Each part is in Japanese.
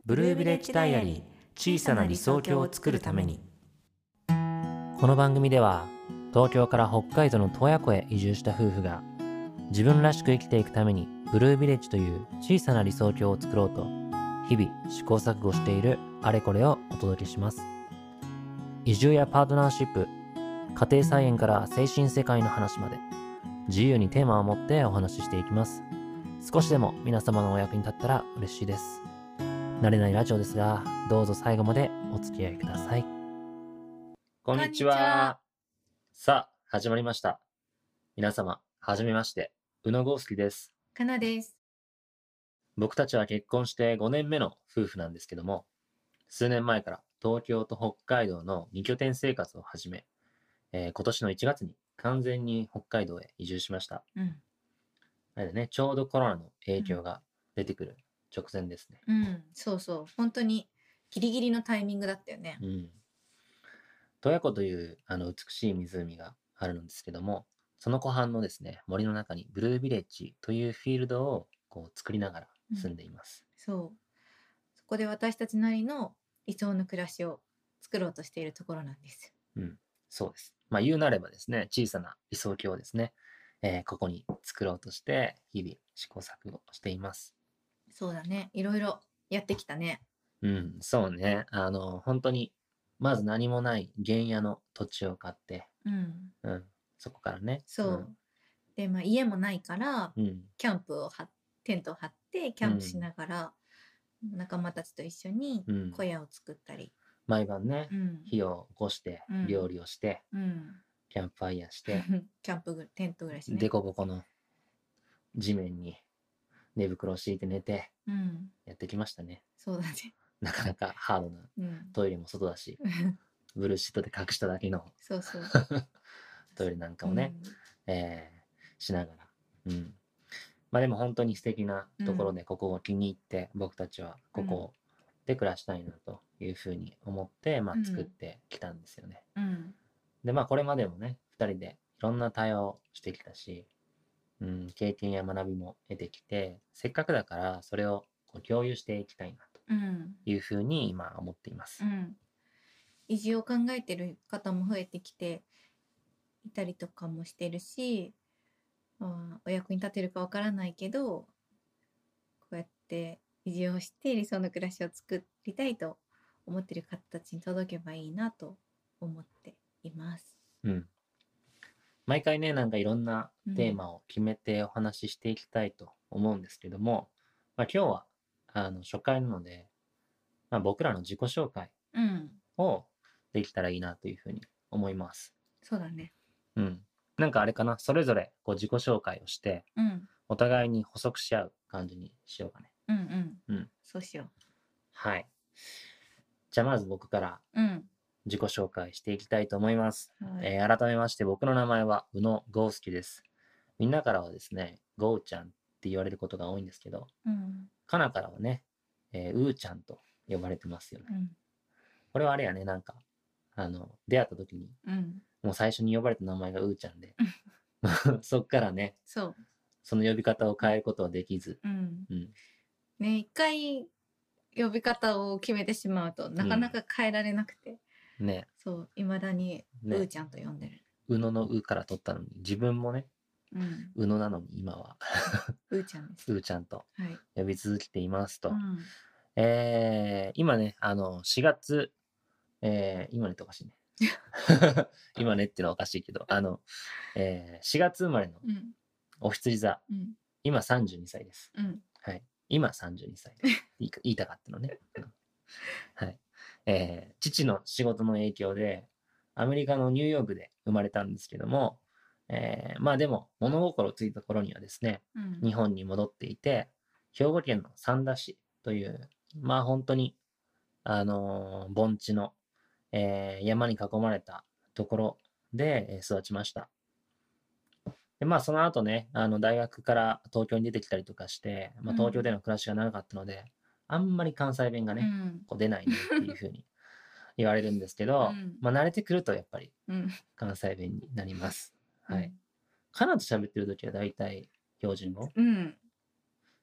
ブルービレッジダイアリー、小さな理想郷を作るために。この番組では東京から北海道の洞爺湖へ移住した夫婦が自分らしく生きていくためにブルービレッジという小さな理想郷を作ろうと日々試行錯誤しているあれこれをお届けします。移住やパートナーシップ、家庭菜園から精神世界の話まで自由にテーマを持ってお話ししていきます。少しでも皆様のお役に立ったら嬉しいです。慣れないラジオですが、どうぞ最後までお付き合いください。こんにちは。さあ、始まりました。皆様、はじめまして。宇野豪介です。 かなです。 僕たちは結婚して5年目の夫婦なんですけども、数年前から東京と北海道の2拠点生活を始め、今年の1月に完全に北海道へ移住しました。あれだね、ちょうどコロナの影響が出てくる直前ですね。 そうそう。本当にギリギリのタイミングだったよね。 洞爺湖という美しい湖があるんですけども、その湖畔のですね、森の中にブルービレッジというフィールドをこう作りながら住んでいます。 そこで私たちなりの理想の暮らしを作ろうとしているところなんです。 そうです。言うなればですね、小さな理想郷をですね、ここに作ろうとして日々試行錯誤しています。 そうだね。いろいろやってきたね。 そうね。本当にまず何もない原野の土地を買って、そこからね。 で、家もないから、キャンプをテントを張ってキャンプしながら、仲間たちと一緒に小屋を作ったり、 毎晩ね、火を起こして料理をして、キャンプファイヤーしてテント暮らしね。 でこぼこの地面に寝袋を敷いて寝てやってきましたね。 そうだね。 なかなかハードな、トイレも外だしブルーシートで隠しただけのトイレなんかをね、しながら、でも本当に素敵なところでここを気に入って僕たちはここで暮らしたいなというふうに思って、作ってきたんですよね。でこれまでもね2人でいろんな対話をしてきたし、経験や学びも得てきて、せっかくだからそれをこう共有していきたいなというふうに今思っています。 移住を考えてる方も増えてきていたりとかもしてるし、お役に立てるかわからないけど、こうやって移住をして理想の暮らしを作りたいと思ってる方たちに届けばいいなと思っています。 毎回ね、なんかいろんなテーマを決めてお話ししていきたいと思うんですけども、今日は初回なので、僕らの自己紹介をできたらいいなというふうに思います。 そうだね。 なんかあれかな、それぞれこう自己紹介をして、お互いに補足し合う感じにしようかね。 そうしよう。 はい。じゃあまず僕から自己紹介していきたいと思います。改めまして僕の名前は宇野豪介です。みんなからはですね、ゴーちゃんって言われることが多いんですけど、かなからはね、うーちゃんと呼ばれてますよね。これはあれやね、なんか出会った時に、もう最初に呼ばれた名前がうーちゃんでそっからね、その呼び方を変えることはできず、 ね、一回呼び方を決めてしまうとなかなか変えられなくて、いまだにうーちゃんと呼んでる。 宇野のうから取ったのに、自分もね、宇野なのに今はうーちゃんです。 うーちゃんと呼び続けていますと。今ね、4月、今ねっておかしいね今ねってのはおかしいけど、4月生まれのお羊座、今32歳です。はい。今32歳です。言いたかったのね。はい。父の仕事の影響で、アメリカのニューヨークで生まれたんですけども、でも物心ついた頃にはですね、日本に戻っていて、兵庫県の三田市という、本当に、盆地の、山に囲まれたところで育ちました。で、その後ね、大学から東京に出てきたりとかして、東京での暮らしが長かったので、あんまり関西弁がね、こう出ないねっていうふうに言われるんですけど、慣れてくるとやっぱり関西弁になります。はい。カナと喋ってる時は大体標準語。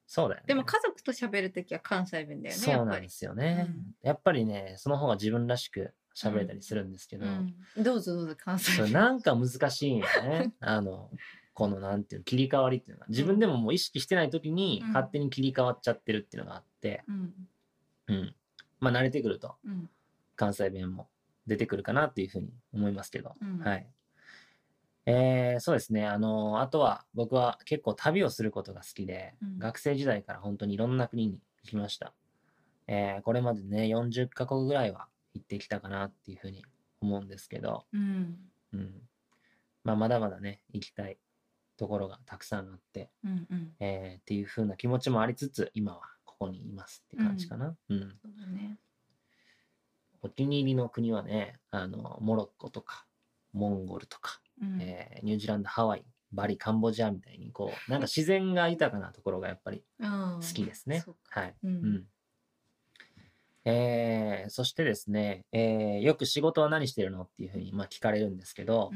そうだよね。 でも家族と喋るときは関西弁だよね、やっぱり。 そうなんですよね。やっぱりね、その方が自分らしく喋れたりするんですけど、 どうぞどうぞ関西それ弁。 なんか難しいんよね。このなんていうの、切り替わりっていうのが、自分でももう意識してない時に勝手に切り替わっちゃってるっていうのがあって、まあ慣れてくると、関西弁も出てくるかなっていうふうに思いますけど、はい。そうですね。あとは僕は結構旅をすることが好きで、学生時代から本当にいろんな国に行きました。これまでね、40カ国ぐらいは行ってきたかなっていうふうに思うんですけど、まあ、まだまだね、行きたいところがたくさんあって、っていうふうな気持ちもありつつ、今はここにいますって感じかな。そうだね。お気に入りの国はね、モロッコとか、モンゴルとか、ニュージーランド、ハワイ、バリ、カンボジアみたいに、こう、なんか自然が豊かなところがやっぱり好きですね。はい。そしてですね、よく仕事は何してるのっていうふうに、まあ、聞かれるんですけど、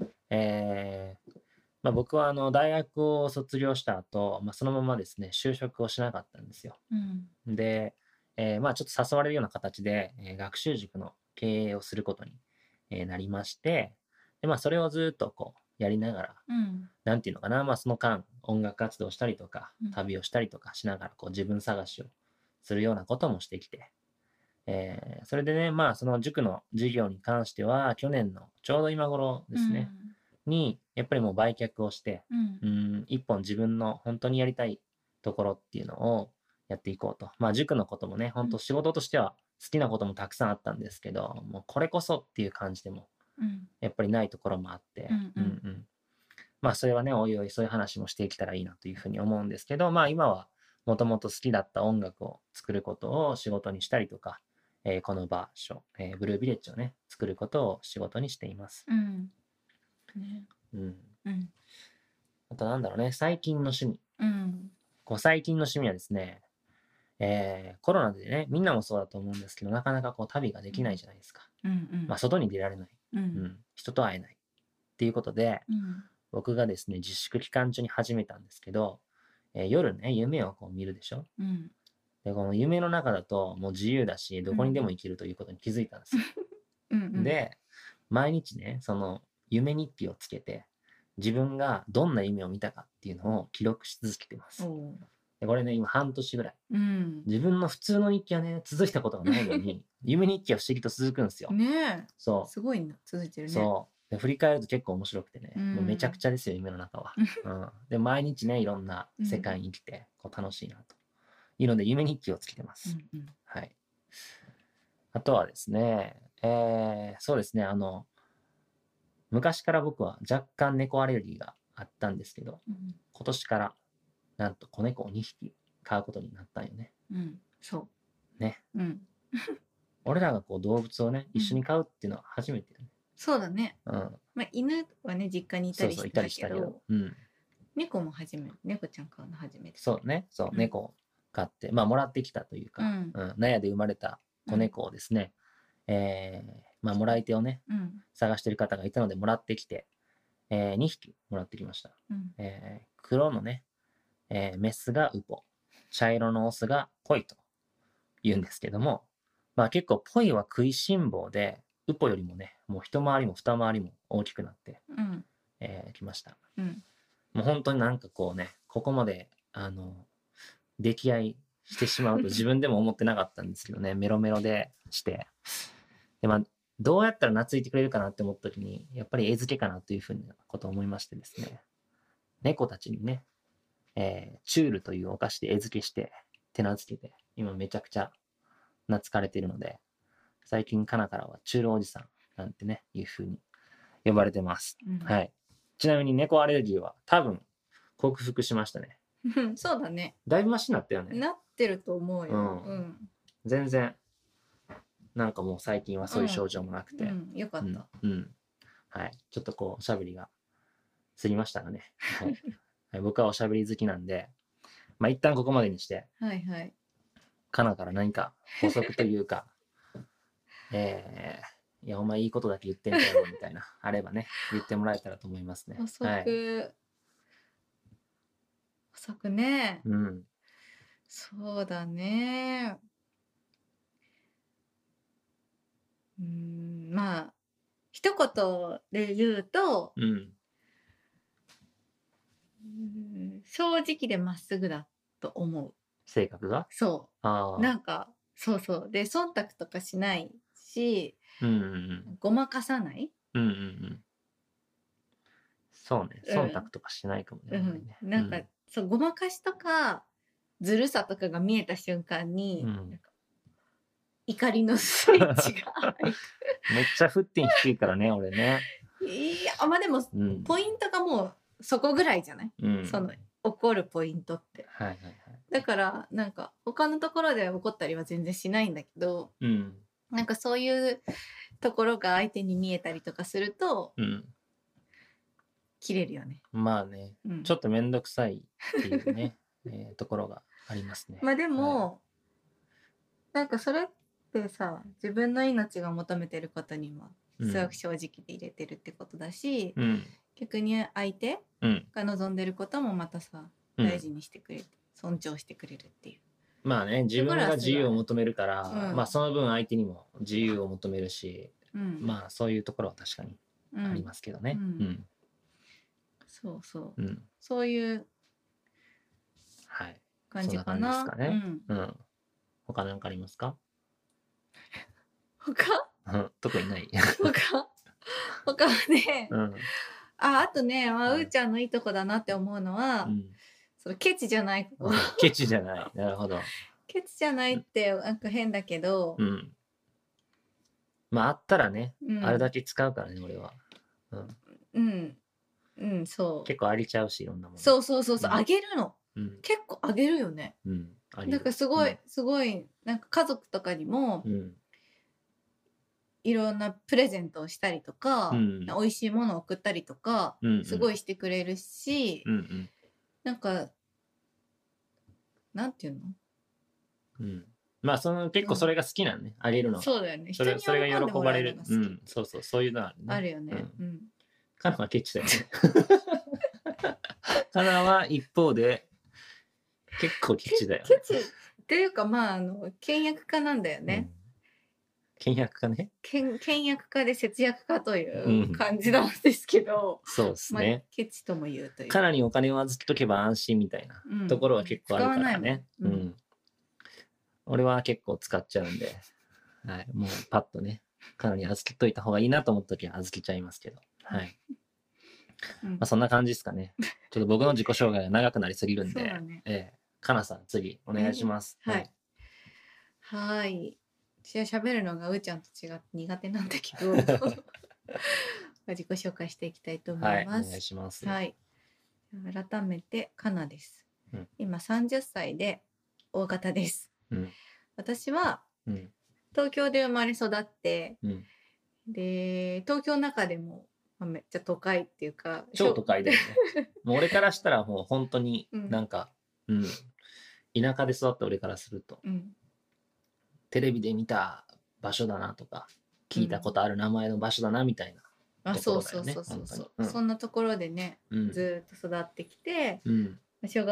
まあ、僕は大学を卒業した後、まあ、そのままですね、就職をしなかったんですよ。で、まあ、ちょっと誘われるような形で、学習塾の経営をすることに、なりまして、で、まあ、それをずっとこう、やりながら、なんていうのかな、まあ、その間、音楽活動したりとか、旅をしたりとかしながら、こう、自分探しをするようなこともしてきて、それでね、まあ、その塾の授業に関しては、去年のちょうど今頃ですね、に、やっぱりもう売却をして、一本自分の本当にやりたいところっていうのをやっていこうと。まあ、塾のこともね、本当仕事としては好きなこともたくさんあったんですけど、もうこれこそっていう感じでも、やっぱりないところもあって、まあ、それはね、おいおいそういう話もしていけたらいいなというふうに思うんですけど、まあ、今はもともと好きだった音楽を作ることを仕事にしたりとか、この場所、ブルービレッジをね、作ることを仕事にしています。あとなんだろうね、最近の趣味。こう最近の趣味はですね、コロナでね、みんなもそうだと思うんですけど、なかなかこう旅ができないじゃないですか。まあ、外に出られない。人と会えない。っていうことで、僕がですね、自粛期間中に始めたんですけど、夜ね、夢をこう見るでしょ。で、この夢の中だともう自由だし、どこにでも行けるということに気づいたんですよ。で、毎日ね、その夢日記をつけて、自分がどんな夢を見たかっていうのを記録し続けてます。でこれね、今半年ぐらい。自分の普通の日記はね、続いたことがないのに、夢日記は不思議と続くんですよ。 ねえ。 そう。 すごいな、続いてるね。 そう。で振り返ると結構面白くてね、もうめちゃくちゃですよ、夢の中は。で、毎日ね、いろんな世界に生きて、こう楽しいなと。いうので、夢日記をつけてます。はい。あとはですね、そうですね、昔から僕は若干猫アレルギーがあったんですけど、今年からなんと子猫を2匹飼うことになったんよね。 そう。 ね。俺らがこう動物をね、一緒に飼うっていうのは初めてよね。 そうだね。まあ、犬はね、実家にいたりしたけど、猫も初めて、猫ちゃん飼うの初めて。 そうね、そう、猫を飼って、まあ、もらってきたというか、納屋で生まれた子猫をですね、まあ、もらい手をね、探してる方がいたので、もらってきて、2匹もらってきました。黒のね、メスがウポ、茶色のオスがポイと言うんですけども、まあ結構ポイは食いしん坊で、ウポよりもね、もう一回りも二回りも大きくなって、きました。もう本当になんかこうね、ここまで、溺愛してしまうと自分でも思ってなかったんですけどね、メロメロでして。で、まあ、どうやったら懐いてくれるかなって思った時に、やっぱり餌付けかなというふうなことを思いましてですね、猫たちにね、チュールというお菓子で餌付けして手なずけて、今めちゃくちゃ懐かれているので、最近カナからはチュールおじさんなんてね、いう風に呼ばれてます。はい。ちなみに猫アレルギーは多分克服しましたね。 そうだね。 だいぶマシになったよね。 なってると思うよ。 全然、なんかもう最近はそういう症状もなくて。 よかった。 はい。ちょっとこう、おしゃべりが過ぎましたがね。はい、僕はおしゃべり好きなんで、まあ一旦ここまでにして、カナから何か補足というか、いや、お前いいことだけ言ってんだよ、みたいな、あればね、言ってもらえたらと思いますね。 補足ね。 そうだね。まあ一言で言うと、 うん。 正直でまっすぐだと思う。 性格が。 そう。 ああ。 なんか、そうそう。で、忖度とかしないし、 うんうんごまかさない。 うん。うんうんうん。そうね。忖度うん。 とかしないかもね、 うん。 あんまりね。 なんか、そう、ごまかしとか、ずるさとかが見えた瞬間に、 うん。 なんか怒りのスイッチが入る。 めっちゃ沸点低いからね、俺ね。 いや、まあでも、 うん。 ポイントがもうそこぐらいじゃない、 うん。 その、怒るポイントって。 はいはいはい。 だから、なんか、他のところで怒ったりは全然しないんだけど、 うん。 なんかそういうところが相手に見えたりとかすると、 うん。 切れるよね。 まあね、 うん。 ちょっとめんどくさいっていうね、ところがありますね。 まあではい。 も、なんかそれってさ、自分の命が求めてることにもすごく正直で入れてるってことだし、 うん。 逆に相手うん。 が望んでることもまたさ、 うん大事にしてくれて、尊重してくれるっていう。 まあね、自分が自由を求めるから、 うんまあその分相手にも自由を求めるし、 うんまあそういうところは確かにありますけどね。 うん。そうそう。 うん。 そういうはい。 感じかそんな感じですな。 かね。うん。他なんかありますか？ 他特にない。 他はね、 うん。 あとね、まあ、 ううんーちゃんのいいとこだなって思うのは、 うん。 そのケチじゃないこと。 ケチじゃない。なるほど。 ケチじゃないってなんか変だけどう、ん。まああったらね、 うん、 あるだけ使うからね、俺は。うん。 うん、うん、そう。 結構ありちゃうし、いろんなもの。 そうそうそうそう、 うんあげるの。 うん。 結構あげるよね。 うん。ありなんる。 かすごい、すごい、なんか家族とかにもう、ん。 いろんなプレゼントをしたりとか、 うん美味しいものを送ったりとか、 うんすごいしてくれるし、 うんうんなんか、なんていうの、 うん。まあ、結構それが好きなんね。あげるのが。 そうだよね。 それ人に喜んでが喜ばれるもらうのが。好き。 そうそう、そういうのあるね。 あるよね。 うん。 うん。 カナはケチだよね。カナは一方で、結構ケチだよね。 ケチっていうか、まあ、倹約家なんだよね。 倹約家ね。 倹約家で節約家という感じなんですけど、 そうですまあね。 ケチとも言うという。 カナにお金を預けとけば安心みたいなところは結構あるからね。 使わないもん。 俺は結構使っちゃうんで、はい、もうパッとね、カナに預けといた方がいいなと思った時は預けちゃいますけど、はい。まあ、そんな感じですかね。ちょっと僕の自己紹介が長くなりすぎるんで、カナさん次お願いします。 はい。はい。私は喋るのがうーちゃんと違って苦手なんだけど、自己紹介していきたいと思います。 はい、お願いします。 はい。改めてカナです。 うん、 今30歳で大型です。 うん、 私はうん東京で生まれ育って、 うん、 で東京の中でも、まあ、めっちゃ都会っていうか超都会だよね。もう俺からしたらもう本当になんか、田舎で育った俺からすると、テレビで見た場所だなとか聞いたことある名前の場所だなみたいなところだよね。 そうそんなところでね、ずっと育ってきて、小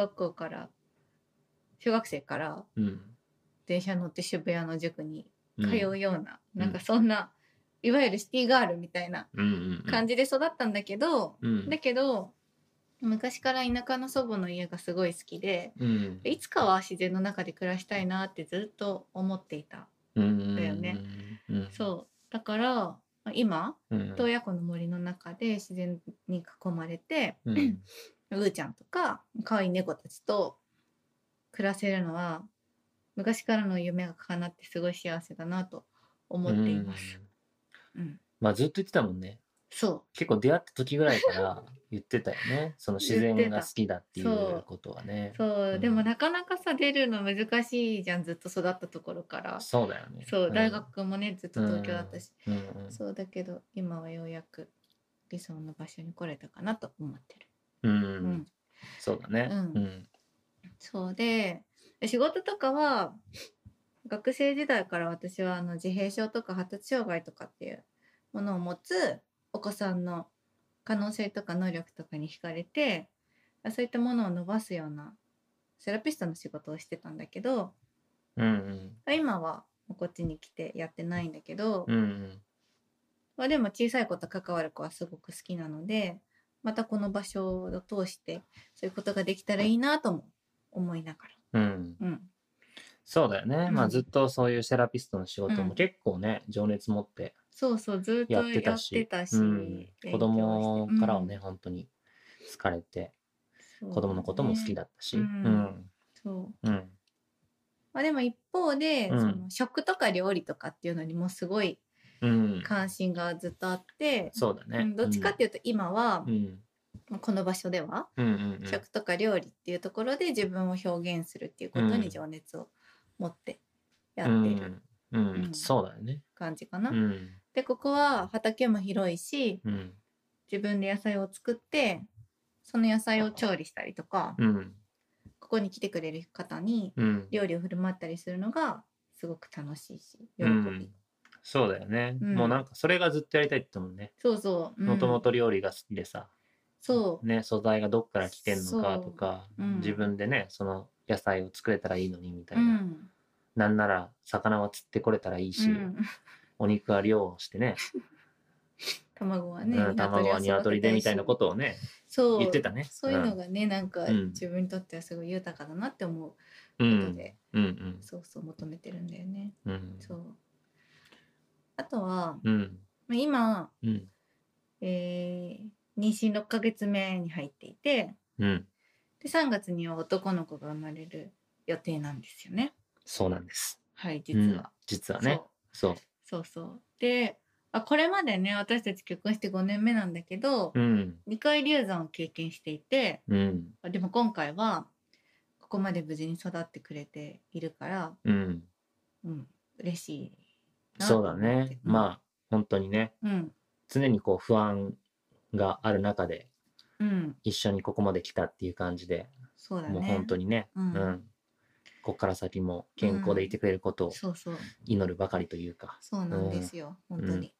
学生から電車乗って渋谷の塾に通うような、なんかそんないわゆるシティガールみたいな感じで育ったんだけど、昔から田舎の祖母の家がすごい好きで、いつかは自然の中で暮らしたいなってずっと思っていたんだよね。そうだから今、洞爺湖の森の中で自然に囲まれて、うーちゃんとか可愛い猫たちと暮らせるのは昔からの夢が叶ってすごい幸せだなと思っています。 まあずっと言ってたもんね。 そう。 結構出会った時ぐらいから言ってたよね。その自然が好きだっていうことはね。 そう、でもなかなかさ出るの難しいじゃん、ずっと育ったところから。 そうだよね。 そう、大学もねずっと東京だったし、そうだけど今はようやく理想の場所に来れたかなと思ってる。 そうだね。 そうで仕事とかは学生時代から私は自閉症とか発達障害とかっていうものを持つお子さんの可能性とか能力とかに惹かれて、そういったものを伸ばすようなセラピストの仕事をしてたんだけど、今はこっちに来てやってないんだけど、でも小さい子と関わる子はすごく好きなので、またこの場所を通してそういうことができたらいいなとも思いながら。 そうだよね。まあずっとそういうセラピストの仕事も結構ね、情熱持ってそうそう、ずっとやってたし、 子供からはね、本当に好かれて、子供のことも好きだったし。 そう。まあでも一方で、その食とか料理とかっていうのにもすごい関心がずっとあって、 そうだね。 どっちかっていうと今は、この場所では、食とか料理っていうところで自分を表現するっていうことに情熱を持ってやってる、 そうだよね。 感じかな。でここは畑も広いし、自分で野菜を作ってその野菜を調理したりとか、ここに来てくれる方に料理を振る舞ったりするのがすごく楽しいし喜び。 そうだよね。もうなんかそれがずっとやりたいって言ったもんね。 そうそう。 もともと料理が好きでさ。 そうね、素材がどっから来てんのかとか、自分でね、その野菜を作れたらいいのにみたいな。なんなら魚は釣ってこれたらいいし、お肉は漁をしてね。 卵はね、 卵は鶏でみたいなことをね、言ってたね。 そういうのがね、なんか自分にとってはすごい豊かだなって思うことで、そうそう求めてるんだよね。そう。あとは、今、妊娠6ヶ月目に入っていて、で3月には男の子が生まれる予定なんですよね。 そうなんです。 はい、実は。 実はね。そう。 で、これまでね、私たち結婚して5年目なんだけど、2回流産を経験していて、でも今回はここまで無事に育ってくれているから、嬉しいなと思って。 そうだね。まあ本当にね、常にこう不安がある中で、一緒にここまで来たっていう感じで、もう本当にね、ここから先も健康でいてくれることを祈るばかりというか。 そうなんですよ、本当に。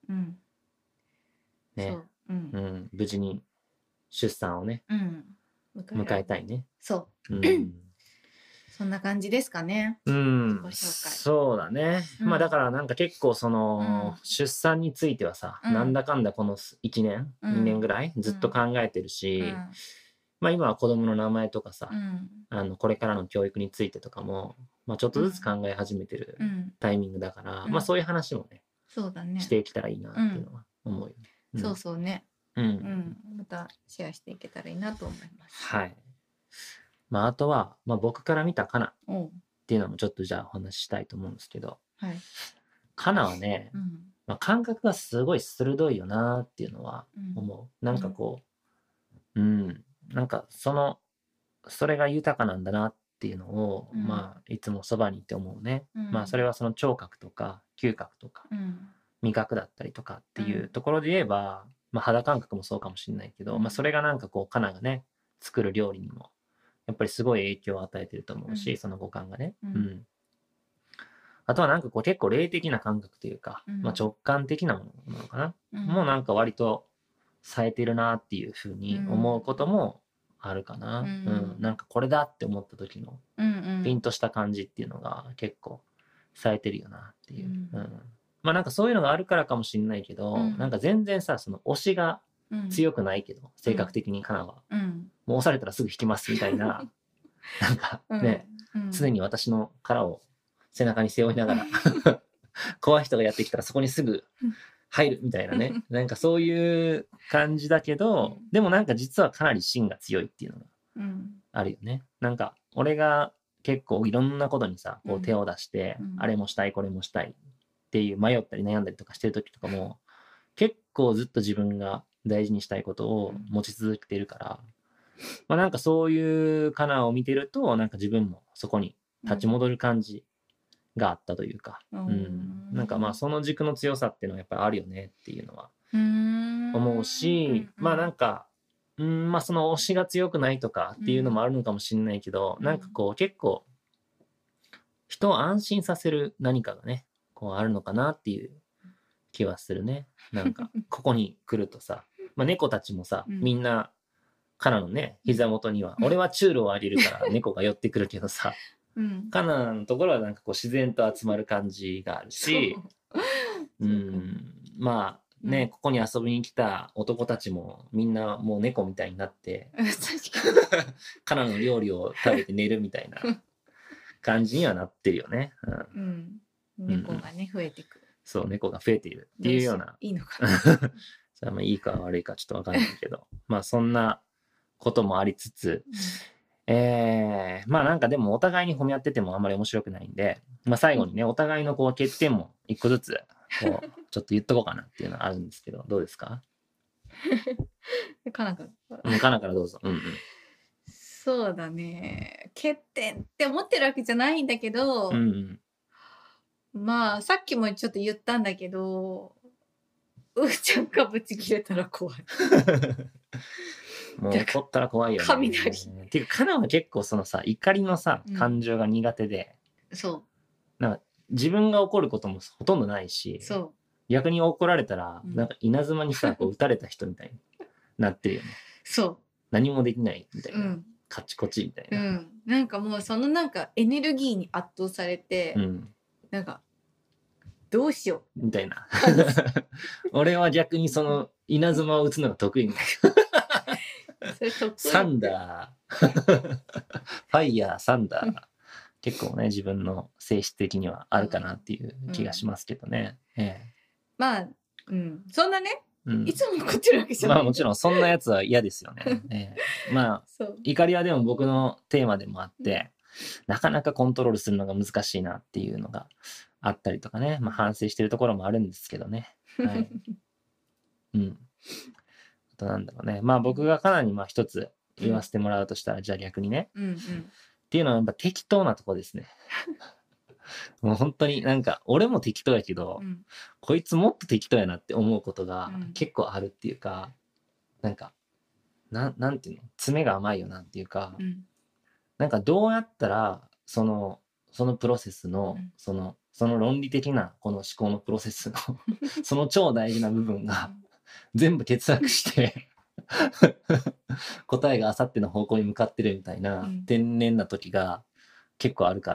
ね、無事に出産をね、迎えたいね。 そう。そんな感じですかね。 そうだね。まあだからなんか結構その出産についてはさ、なんだかんだこの1年、2年ぐらいずっと考えてるし、まあ今は子供の名前とかさ、これからの教育についてとかも、まあちょっとずつ考え始めてるタイミングだから、まあそういう話もね、していけたらいいなっていうのは思うよね。 そうそうね。またシェアしていけたらいいなと思います。 はい。まああとは、まあ僕から見たカナっていうのもちょっとじゃあお話ししたいと思うんですけど、カナはね、まあ、感覚がすごい鋭いよなっていうのは思う。なんかこう、なんかそれが豊かなんだなっていうのを、まあいつもそばにいて思うね。まあそれはその聴覚とか嗅覚とか、味覚だったりとかっていうところで言えば、まあ肌感覚もそうかもしれないけど、まあそれがなんかこうカナがね、作る料理にもやっぱりすごい影響を与えてると思うし、その五感がね。あとはなんかこう結構霊的な感覚というか、まあ直感的なものなのかな。もうなんか割と冴えてるなっていうふうに思うこともあるかな。なんかこれだって思った時のピンとした感じっていうのが結構冴えてるよなっていう。まあなんかそういうのがあるからかもしれないけど、なんか全然さ、その推しが強くないけど、性格的にカナは。もう押されたらすぐ引きますみたいな、なんかね、常に私の殻を背中に背負いながら怖い人がやってきたらそこにすぐ入るみたいなね、なんかそういう感じだけど、でもなんか実はかなり芯が強いっていうのがあるよね。なんか俺が結構いろんなことにさ、こう手を出して、あれもしたいこれもしたいっていう迷ったり悩んだりとかしてる時とかも結構ずっと自分が大事にしたいことを持ち続けてるから、まあなんかそういうカナを見てると、なんか自分もそこに立ち戻る感じがあったというか、なんかまあその軸の強さっていうのはやっぱりあるよねっていうのは思うし、まあなんか、まあその推しが強くないとかっていうのもあるのかもしれないけど、なんかこう結構人を安心させる何かがね、こうあるのかなっていう気はするね。なんかここに来るとさ、まあ猫たちもさ、みんなカナのね、膝元には、俺はチュールをあげるから猫が寄ってくるけどさ、カナのところはなんかこう自然と集まる感じがあるし、まあね、ここに遊びに来た男たちもみんなもう猫みたいになって、カナの料理を食べて寝るみたいな感じにはなってるよね。 猫がね、増えてくる。 そう、猫が増えているっていうような。 いいのかな。 それはいいか悪いかちょっとわかんないけど、まあそんなこともありつつ、まあなんかでもお互いに褒め合っててもあんまり面白くないんで、まあ最後にね、お互いのこう欠点も一個ずつ、こう、ちょっと言っとこうかなっていうのはあるんですけど、どうですか？ かなからどうぞ。 そうだね。欠点って思ってるわけじゃないんだけど、まあさっきもちょっと言ったんだけど、うーちゃんがブチ切れたら怖い。 もう怒ったら怖いよね。 雷。 っていうか、カナは結構そのさ、怒りのさ、感情が苦手で、なんか自分が怒ることもほとんどないし、逆に怒られたら、なんか稲妻にさ、こう撃たれた人みたいになってるよね。何もできないみたいな。カチコチみたいな。 なんかもうそのなんかエネルギーに圧倒されて、なんか、どうしようみたいな。俺は逆にその稲妻を撃つのが得意みたいな。サンダー、ファイヤー、サンダー。結構ね、自分の性質的にはあるかなっていう気がしますけどね。 まあ、そんなね、いつも怒ってるわけじゃない。 まあもちろんそんなやつは嫌ですよね。まあ、怒りはでも僕のテーマでもあって、なかなかコントロールするのが難しいなっていうのがあったりとかね、まあ反省してるところもあるんですけどね。はい。あとなんだろうね。まあ僕がかなりまあ一つ言わせてもらうとしたら、じゃあ逆にね。っていうのはやっぱ適当なとこですね。もう本当になんか俺も適当やけど、こいつもっと適当やなって思うことが結構あるっていうか、なんかなんていうの、爪が甘いよなっていうか、なんかどうやったらそのプロセスの、その論理的なこの思考のプロセスのその超大事な部分が全部欠落して答えがあさっての方向に向かってるみたいな天然な時が結構あるから、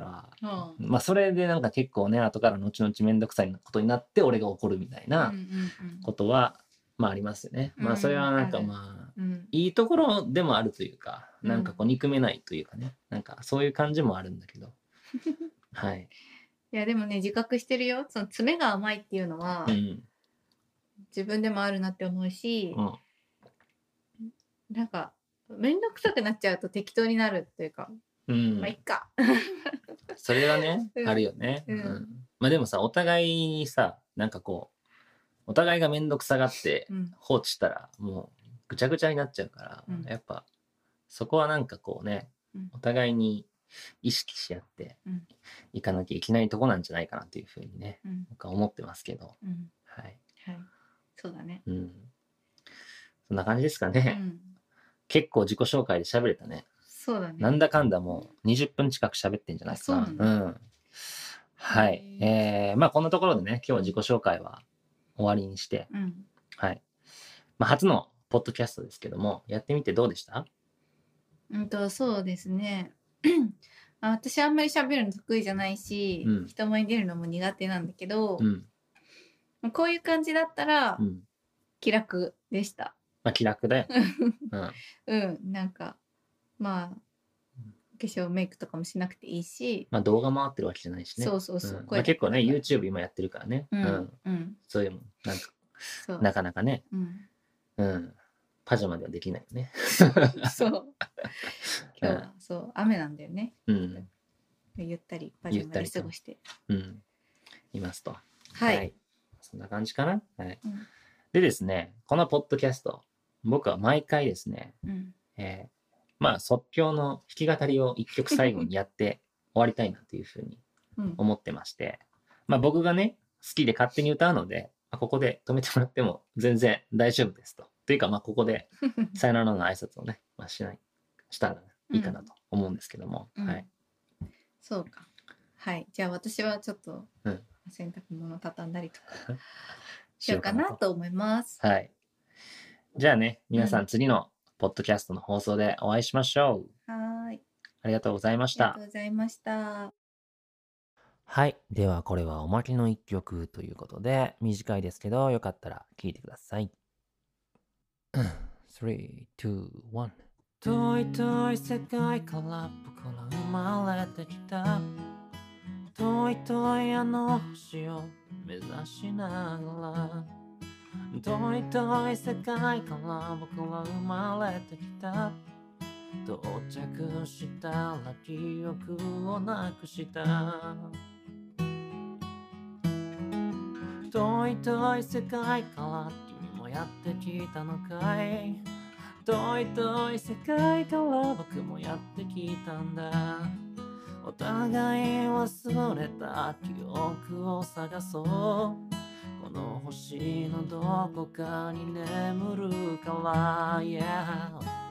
まあそれでなんか結構ね、後から後々めんどくさいことになって俺が怒るみたいなことはまあありますよね。まあそれはなんかまあいいところでもあるというか、なんかこう憎めないというかね、なんかそういう感じもあるんだけど。はい。 いやでもね、自覚してるよ。その爪が甘いっていうのは、自分でもあるなって思うし、なんかめんどくさくなっちゃうと適当になるっていうか、まあいっか。 それはね、あるよね。まあでもさ、お互いにさ、なんかこう、お互いがめんどくさがって放置したらもうぐちゃぐちゃになっちゃうから、やっぱそこはなんかこうね、お互いに意識し合っていかなきゃいけないとこなんじゃないかなというふうにね、僕は思ってますけど、はい。 そうだね。 そんな感じですかね。結構自己紹介で喋れたね。 そうだね。 なんだかんだもう20分近く喋ってんじゃないかな。はい。まあこんなところでね、今日は自己紹介は終わりにして、はい。まあ初のポッドキャストですけども、やってみてどうでした？ そうですね。私あんまり喋るの得意じゃないし、人前に出るのも苦手なんだけど、こういう感じだったら、気楽でした。 まあ気楽だよ。 なんか、まあ、化粧メイクとかもしなくていいし。 まあ動画回ってるわけじゃないしね。 そう。 まあ、結構ね、YouTube 今やってるからね。そういうの、なんか、なかなかね。パジャマではできないよね。 そう。今日はそう、雨なんだよね。ゆったりパジャマで過ごして。 いますと。 はい。 そんな感じかな。はい。でですね、このポッドキャスト、僕は毎回ですね、まあ即興の弾き語りを一曲最後にやって終わりたいなというふうに思ってまして、まあ僕がね、好きで勝手に歌うので、ここで止めてもらっても全然大丈夫ですと。というかまあここでさよならの挨拶をね、まあ、したらいいかなと思うんですけども、はい。 そうか。はい。じゃあ私はちょっと洗濯物畳んだりとかしようかなと思います。 はい。じゃあね、皆さん次のポッドキャストの放送でお会いしましょう。 はーい。 ありがとうございました。 ありがとうございました。 はい。では、これはおまけの一曲ということで、短いですけど、よかったら聴いてください。3、2、1。遠い遠い世界から僕ら生まれてきた。遠い遠いあの星を目指しながら。遠い遠い世界から僕ら生まれてきた。到着したら記憶をなくした。遠い遠い世界から君もやってきたのかい。遠い遠い世界から僕もやってきたんだ。お互い忘れた記憶を探そう。この星のどこかに眠るから、yeah